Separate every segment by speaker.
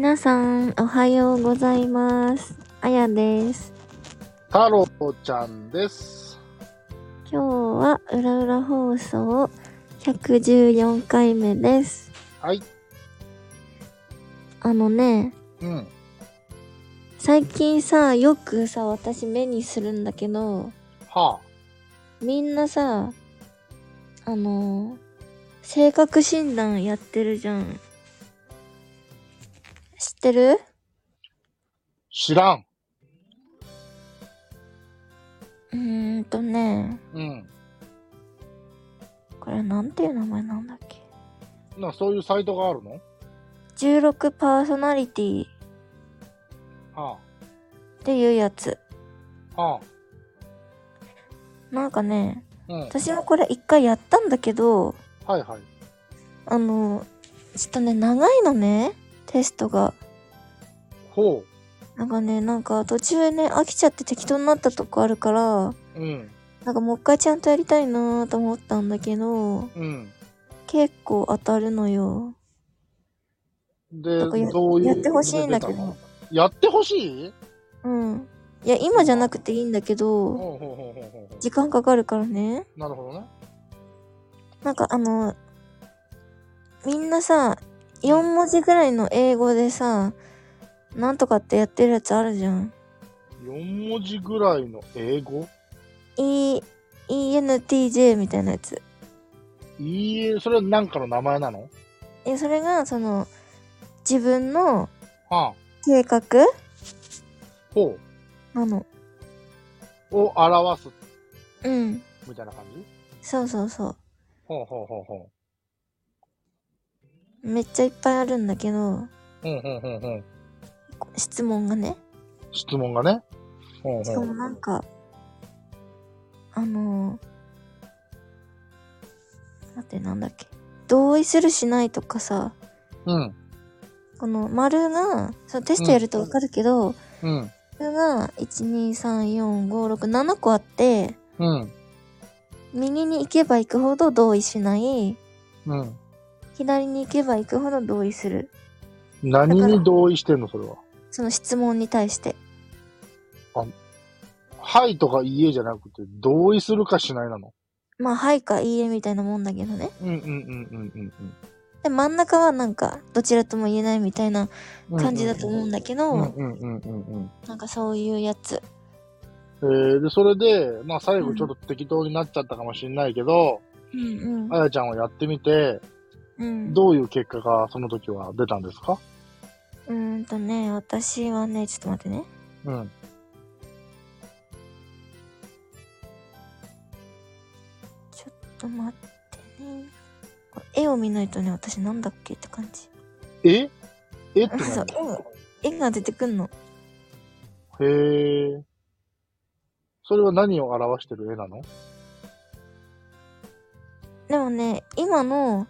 Speaker 1: 皆さん、おはようございます。あやです。
Speaker 2: 太郎ちゃんです。
Speaker 1: 今日はうらうら放送114回目です。
Speaker 2: はい。
Speaker 1: 最近さ、よくさ、私目にするんだけど、みんなさ、性格診断やってるじゃん。知ってる？
Speaker 2: 知らん。
Speaker 1: これなんていう名前なんだっけ？
Speaker 2: そういうサイトがあるの
Speaker 1: 16パーソナリティっていうやつ。なんかね、私もこれ一回やったんだけど、
Speaker 2: はいはい。
Speaker 1: ちょっとね、長いのね、テストが。
Speaker 2: ほ
Speaker 1: なんか途中ね、飽きちゃって適当になったとこあるから、なんかもう一回ちゃんとやりたいなと思ったんだけど、結構当たるのよ。
Speaker 2: で、
Speaker 1: だから
Speaker 2: どういう
Speaker 1: やってほしいんだけど。
Speaker 2: やってほしい？
Speaker 1: いや、今じゃなくていいんだけど、時間かかるからね。
Speaker 2: なるほどね。
Speaker 1: なんかみんなさ、4文字ぐらいの英語でさ、なんとかってやってるやつあるじゃん。
Speaker 2: 4文字ぐらいの英語？
Speaker 1: ENTJ みたいなやつ。
Speaker 2: それは何かの名前なの？
Speaker 1: それが、自分の性格
Speaker 2: ほ
Speaker 1: なの。
Speaker 2: を表す
Speaker 1: うん。
Speaker 2: みたいな感じ？
Speaker 1: そうそうそ
Speaker 2: ほう。
Speaker 1: う。めっちゃいっぱいあるんだけど、
Speaker 2: ほう。
Speaker 1: 質問がね。
Speaker 2: 質問がね。
Speaker 1: しかもなんか、待って、なんだっけ。同意するしないとかさ、この丸が、テストやるとわかるけど、それが、1、2、3、4、5、6、7個あって、右に行けば行くほど同意しない、左に行けば行くほど同意する。
Speaker 2: 何に同意してんのそれは？
Speaker 1: その質問に対して。
Speaker 2: はいとかいいえじゃなくて、同意するかしないなの？
Speaker 1: まあ、はいかいいえみたいなもんだけどね。で、真ん中はなんか、どちらとも言えないみたいな感じだと思うんだけど、なんかそういうやつ。
Speaker 2: で、それで、まあ最後ちょっと適当になっちゃったかもしれないけど、あやちゃんはやってみて、どういう結果がその時は出たんですか？
Speaker 1: 私はね、ちょっと待ってね。ちょっと待ってね。絵を見ないとね、私なんだっけって感じ。
Speaker 2: 絵って何？
Speaker 1: そう、絵が出てくんの。
Speaker 2: へえ。それは何を表してる絵なの？
Speaker 1: でもね、今の、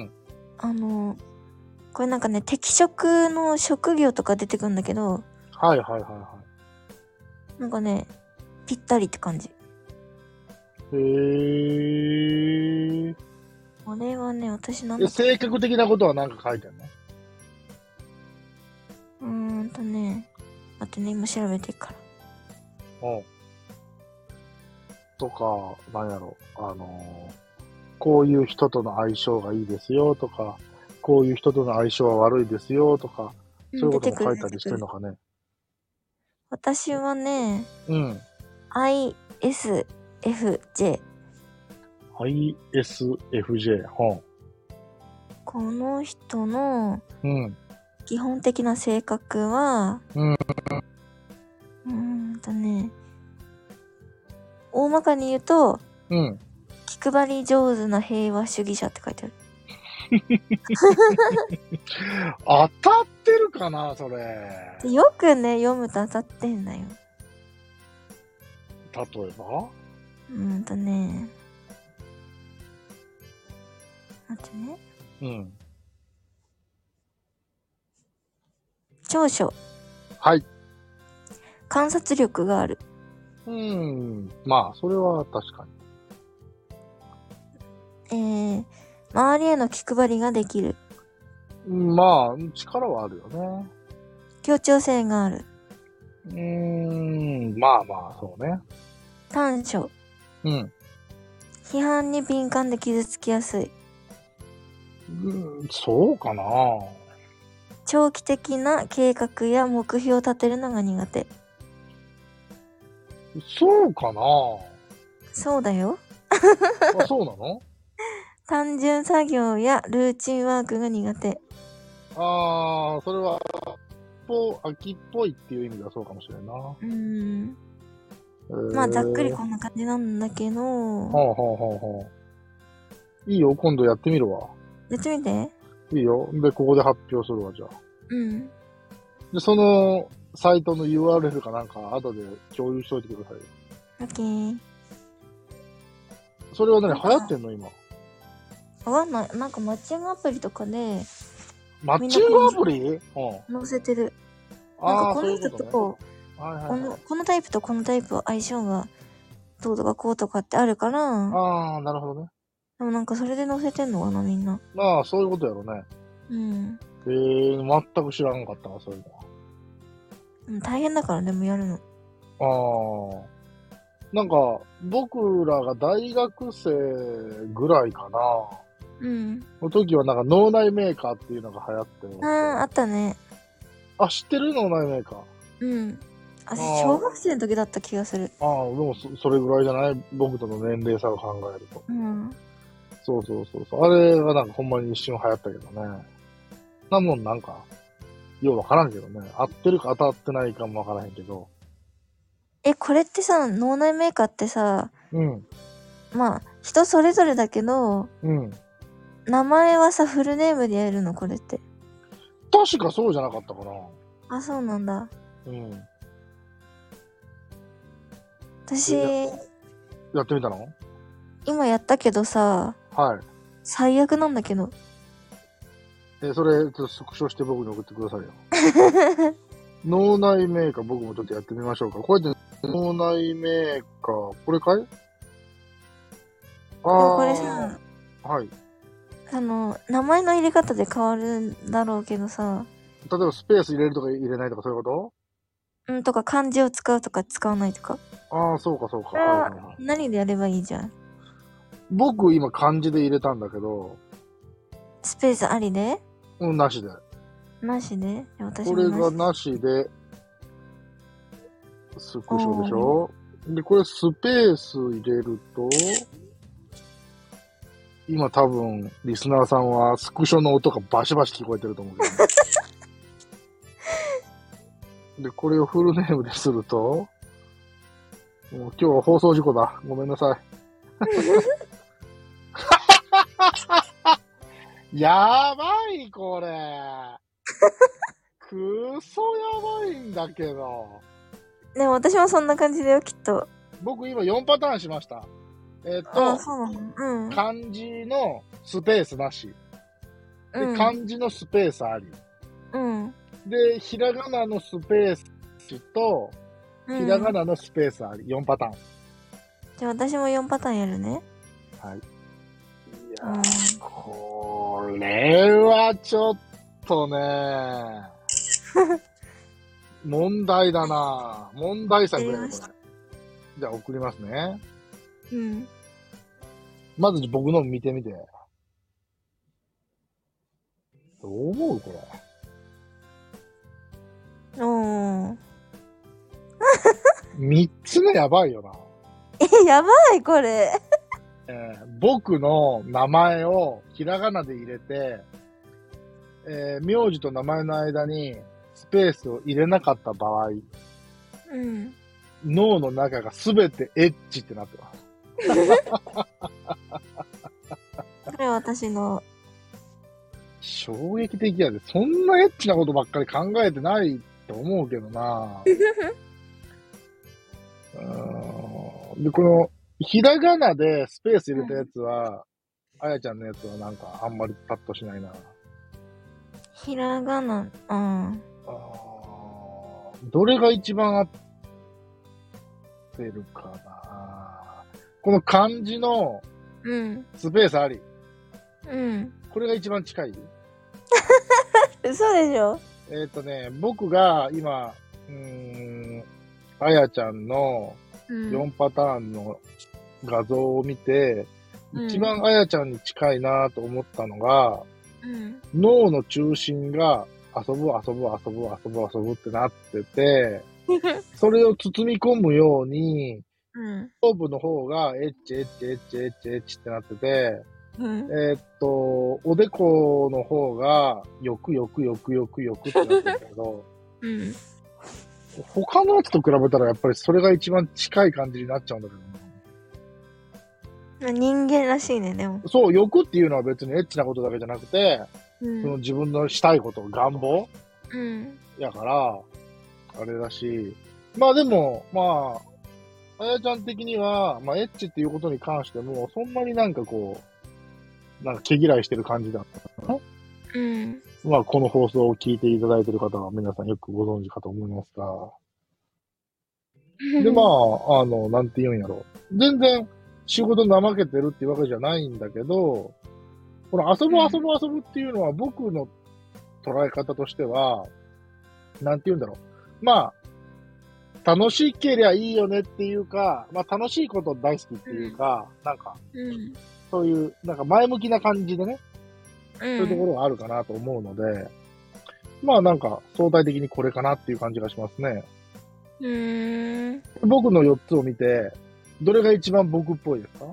Speaker 1: これなんかね、適職の職業とか出てくんだけど、なんかね、ぴったりって感じ。
Speaker 2: へえ。
Speaker 1: これはね、私なんだっけ？
Speaker 2: 性格的なことは何か書いてんの？
Speaker 1: 待ってね、今調べてるから。
Speaker 2: とか、なんやろ、こういう人との相性がいいですよとか、こういう人との相性は悪いですよとか、そういうことも書いたりしてんのかね。
Speaker 1: 私はね、ISFJ。
Speaker 2: ISFJ。
Speaker 1: この人の基本的な性格は、大まかに言うと、気配り上手な平和主義者って書いてある。
Speaker 2: 当たってるかなそれ。
Speaker 1: よくね、読むと当たってんだよ。
Speaker 2: 例えば？
Speaker 1: 待ってね。長所。観察力がある。
Speaker 2: まあ、それは確か
Speaker 1: に。周りへの気配りができる。
Speaker 2: まあ、力はあるよね。
Speaker 1: 協調性がある。
Speaker 2: まあまあ、そうね。
Speaker 1: 短所。
Speaker 2: うん。
Speaker 1: 批判に敏感で傷つきやすい。
Speaker 2: そうかな。
Speaker 1: 長期的な計画や目標を立てるのが苦手。
Speaker 2: そうかな。
Speaker 1: そうだよ。
Speaker 2: あ、そうなの？
Speaker 1: 単純作業やルーチンワークが苦手。
Speaker 2: ああ、それは、秋っぽいっていう意味ではそうかもしれんな。
Speaker 1: まあ、ざっくりこんな感じなんだけど。
Speaker 2: いいよ、今度やってみるわ。
Speaker 1: やってみて。
Speaker 2: いいよ。で、ここで発表するわ、じゃあ。で、その、サイトの URL かなんか、後で共有しといてくださいよ。
Speaker 1: オッケー。
Speaker 2: それは何、流行ってんの今。
Speaker 1: わかんない。なんかマッチングアプリとかで。
Speaker 2: マッチングアプリ？
Speaker 1: 載せてる。なんかこの人とこのタイプとこのタイプは相性がどうとかこうとかってあるから。
Speaker 2: ああ、なるほどね。
Speaker 1: でもなんかそれで載せてんのかな、みんな。
Speaker 2: まあ、そういうことやろね。全く知らんかったわ、そういう
Speaker 1: の。大変だから、でもやるの。
Speaker 2: ああ。なんか、僕らが大学生ぐらいかな。の時はなんか脳内メーカーっていうのが流行って。
Speaker 1: あったね。
Speaker 2: あ、知ってる？脳内メーカ
Speaker 1: ー。小学生の時だった気がする。
Speaker 2: でもそれぐらいじゃない？僕との年齢差を考えると。そう。あれがなんかほんまに一瞬流行ったけどね。なもんなんか、ようわからんけどね。合ってるか当たってないかもわからへんけど。
Speaker 1: これってさ、脳内メーカーってさ、まあ、人それぞれだけど、名前はさ、フルネームでやるの、これって。
Speaker 2: 確かそうじゃなかったかな。
Speaker 1: あ、そうなんだ。私、
Speaker 2: やってみたの？
Speaker 1: 今やったけどさ、最悪なんだけど。
Speaker 2: それ、ちょっとスクショして僕に送ってくださいよ。脳内メーカー、僕もちょっとやってみましょうか。こうやって脳内メーカー、これかい？
Speaker 1: これさ、
Speaker 2: はい。
Speaker 1: 名前の入れ方で変わるんだろうけどさ。
Speaker 2: 例えばスペース入れるとか入れないとかそういうこと？
Speaker 1: とか漢字を使うとか使わないとか。
Speaker 2: そうか。
Speaker 1: 何でやればいいじゃん。
Speaker 2: 僕今漢字で入れたんだけど。
Speaker 1: スペースありで？
Speaker 2: なしで。
Speaker 1: なしで？
Speaker 2: これがなしで、スクショでしょ？で、これスペース入れると、今多分、リスナーさんはスクショの音がバシバシ聞こえてると思うけど、ね。で、これをフルネームですると、もう今日は放送事故だ。ごめんなさい。やばい、これ。くそやばいんだけど。
Speaker 1: でも私もそんな感じだよ、きっと。
Speaker 2: 僕今4パターンしました。
Speaker 1: そうなの？
Speaker 2: 漢字のスペースなし。で、漢字のスペースあり。で、ひらがなのスペースと、ひらがなのスペースあり。4パターン。
Speaker 1: じゃあ私も4パターンやるね。
Speaker 2: はい。いやこれはちょっとね、問題だな。問題作だよ、これ。じゃあ送りますね。まず僕の見てみて。どう思うこれ。3つ目やばいよな。
Speaker 1: やばい、これ。
Speaker 2: 僕の名前をひらがなで入れて、名字と名前の間にスペースを入れなかった場合、脳の中がすべてエッチってなってます。
Speaker 1: これ私の。
Speaker 2: 衝撃的やで。そんなエッチなことばっかり考えてないと思うけどな。で、この、ひらがなでスペース入れたやつは、あやちゃんのやつはなんかあんまりパッとしないな。
Speaker 1: ひらがな、
Speaker 2: どれが一番合ってるかな。この漢字のスペースあり。これが一番近い？
Speaker 1: 嘘でしょ？
Speaker 2: 僕が今、あやちゃんの4パターンの画像を見て、一番あやちゃんに近いなと思ったのが、脳の中心が遊ぶってなってて、それを包み込むように、頭部の方がエッチってなってて、おでこの方がよくってなってるけど、他のやつと比べたらやっぱりそれが一番近い感じになっちゃうんだけど
Speaker 1: ね。人間らしいね、でも。
Speaker 2: そう、欲っていうのは別にエッチなことだけじゃなくて、その自分のしたいこと、願望やから、あれだし、まあでも、まあ、あやちゃん的には、まあエッチっていうことに関しても、そんなになんかこう、なんか毛嫌いしてる感じだったかな。まあこの放送を聞いていただいている方は皆さんよくご存知かと思いますが。で、まあ、なんて言うんやろ。全然仕事怠けてるっていうわけじゃないんだけど、この遊ぶっていうのは僕の捉え方としては、なんて言うんだろう。まあ、楽しけりゃいいよねっていうか、まあ楽しいこと大好きっていうか、なんか、そういう、なんか前向きな感じでね、そういうところがあるかなと思うので、まあなんか相対的にこれかなっていう感じがしますね。僕の4つを見て、どれが一番僕っぽいですか？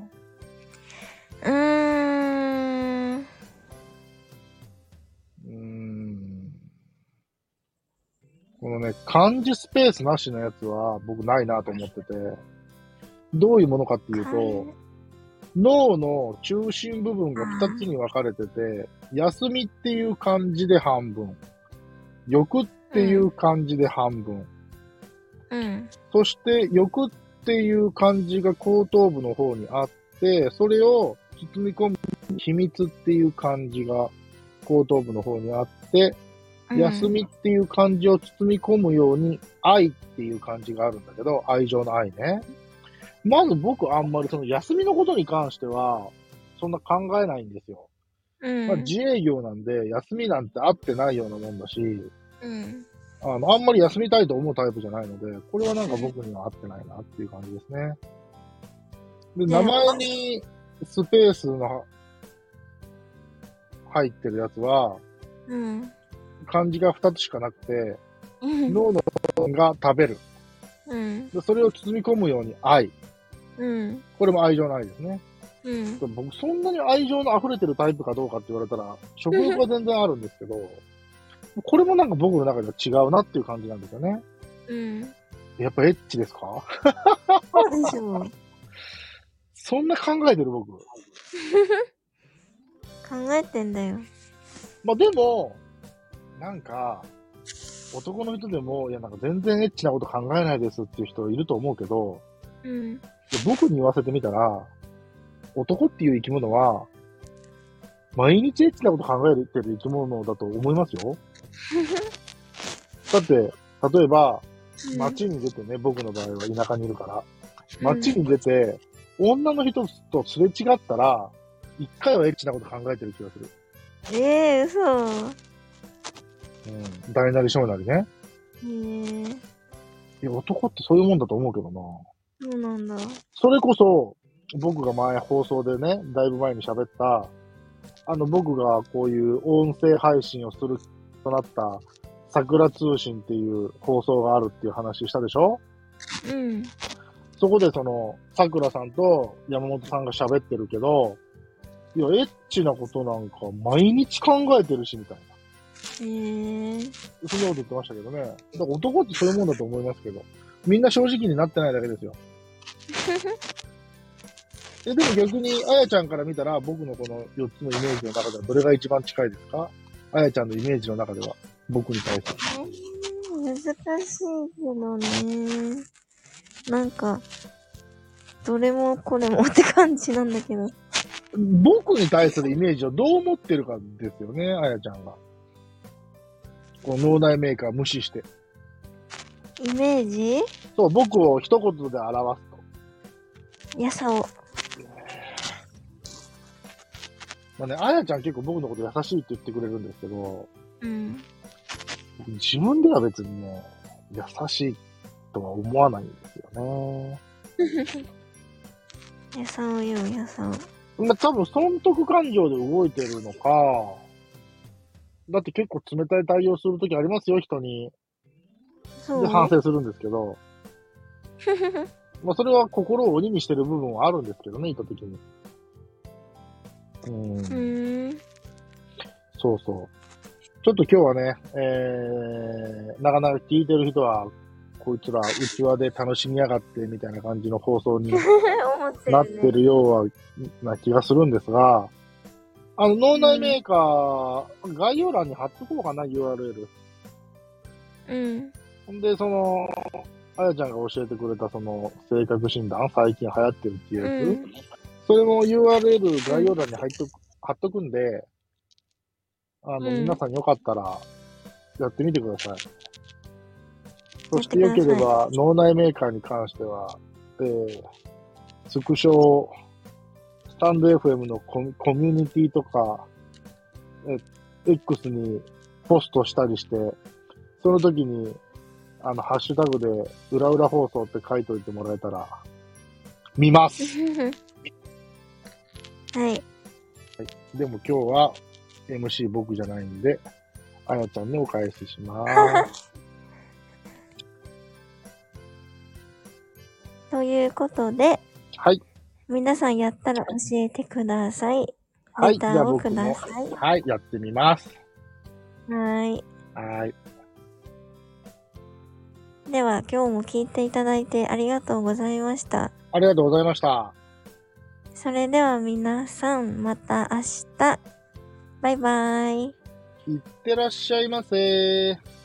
Speaker 2: このね、漢字スペースなしのやつは僕ないなと思ってて、どういうものかっていうと、脳の中心部分が2つに分かれてて、休みっていう漢字で半分、欲っていう漢字で半分、そして欲っていう漢字が後頭部の方にあって、それを包み込む秘密っていう漢字が後頭部の方にあって、休みっていう漢字を包み込むように愛っていう漢字があるんだけど、愛情の愛ね。まず僕あんまりその休みのことに関しては、そんな考えないんですよ。まあ、自営業なんで、休みなんてあってないようなもんだし、あんまり休みたいと思うタイプじゃないので、これはなんか僕には合ってないなっていう感じですね。で、名前にスペースの入ってるやつは、漢字が2つしかなくて、脳のが食べる。でそれを包み込むように愛。これも愛情の愛ですね。僕そんなに愛情の溢れてるタイプかどうかって言われたら、食欲は全然あるんですけど、これもなんか僕の中では違うなっていう感じなんですよね。やっぱエッチですか？
Speaker 1: そうでしょう。
Speaker 2: そんな考えてる僕。考
Speaker 1: えてんだよ。
Speaker 2: まあでも、なんか、男の人でも、いやなんか全然エッチなこと考えないですっていう人いると思うけど、僕に言わせてみたら、男っていう生き物は、毎日エッチなこと考えてる生き物だと思いますよ。だって、例えば、街に出てね、僕の場合は田舎にいるから、街に出て、女の人とすれ違ったら、一回はエッチなこと考えてる気がする。
Speaker 1: 嘘。
Speaker 2: 大なり小なりね。いや、男ってそういうもんだと思うけどな。
Speaker 1: そうなんだ。
Speaker 2: それこそ、僕が前放送でね、だいぶ前に喋った、僕がこういう音声配信をするとなった、桜通信っていう放送があるっていう話したでしょ？そこで桜さんと山本さんが喋ってるけど、いや、エッチなことなんか毎日考えてるし、みたいな。そんなこと言ってましたけどね。だから男ってそういうもんだと思いますけど、みんな正直になってないだけですよ。でも逆に、あやちゃんから見たら、僕のこの4つのイメージの中ではどれが一番近いですか？あやちゃんのイメージの中では、僕に対する。
Speaker 1: 難しいけどね。なんか、どれもこれもって感じなんだけど。
Speaker 2: 僕に対するイメージをどう思ってるかですよね、あやちゃんが。この脳内メーカー無視して。
Speaker 1: イメージ？
Speaker 2: そう、僕を一言で表すと。
Speaker 1: やさを。
Speaker 2: まあね、あやちゃん結構僕のこと優しいって言ってくれるんですけど、 自分では別にね、優しいとは思わないんですよね。
Speaker 1: やさおよ、やさ
Speaker 2: お。まあ、多分損得感情で動いてるのか、だって結構冷たい対応するときありますよ、人に。で、反省するんですけど。まあ、それは心を鬼にしてる部分はあるんですけどね、意図的に。そうそう。ちょっと今日はね、なかなか聞いてる人は、こいつら、うちわで楽しみやがってみたいな感じの放送になってるような気がするんですが、脳内メーカー、概要欄に貼っとこうかな、URL。ほんで、あやちゃんが教えてくれた性格診断、最近流行ってるっていうやつ。それも URL 概要欄に貼っとくんで、皆さんよかったら、やってみてください。そして良ければ、脳内メーカーに関しては、スクショ、スタンド FM のコミュニティとか、X にポストしたりして、その時に、ハッシュタグで、裏裏放送って書いといてもらえたら、見ます。
Speaker 1: はい。
Speaker 2: でも今日は、MC 僕じゃないんで、あやちゃんにお返しします。
Speaker 1: ということで、
Speaker 2: はい。
Speaker 1: 皆さんやったら教えてください。はい。レターをください。
Speaker 2: はい、やってみます。
Speaker 1: はい。では、今日も聞いていただいてありがとうございました。
Speaker 2: ありがとうございました。
Speaker 1: それでは皆さん、また明日。バイバイ。
Speaker 2: いってらっしゃいませ。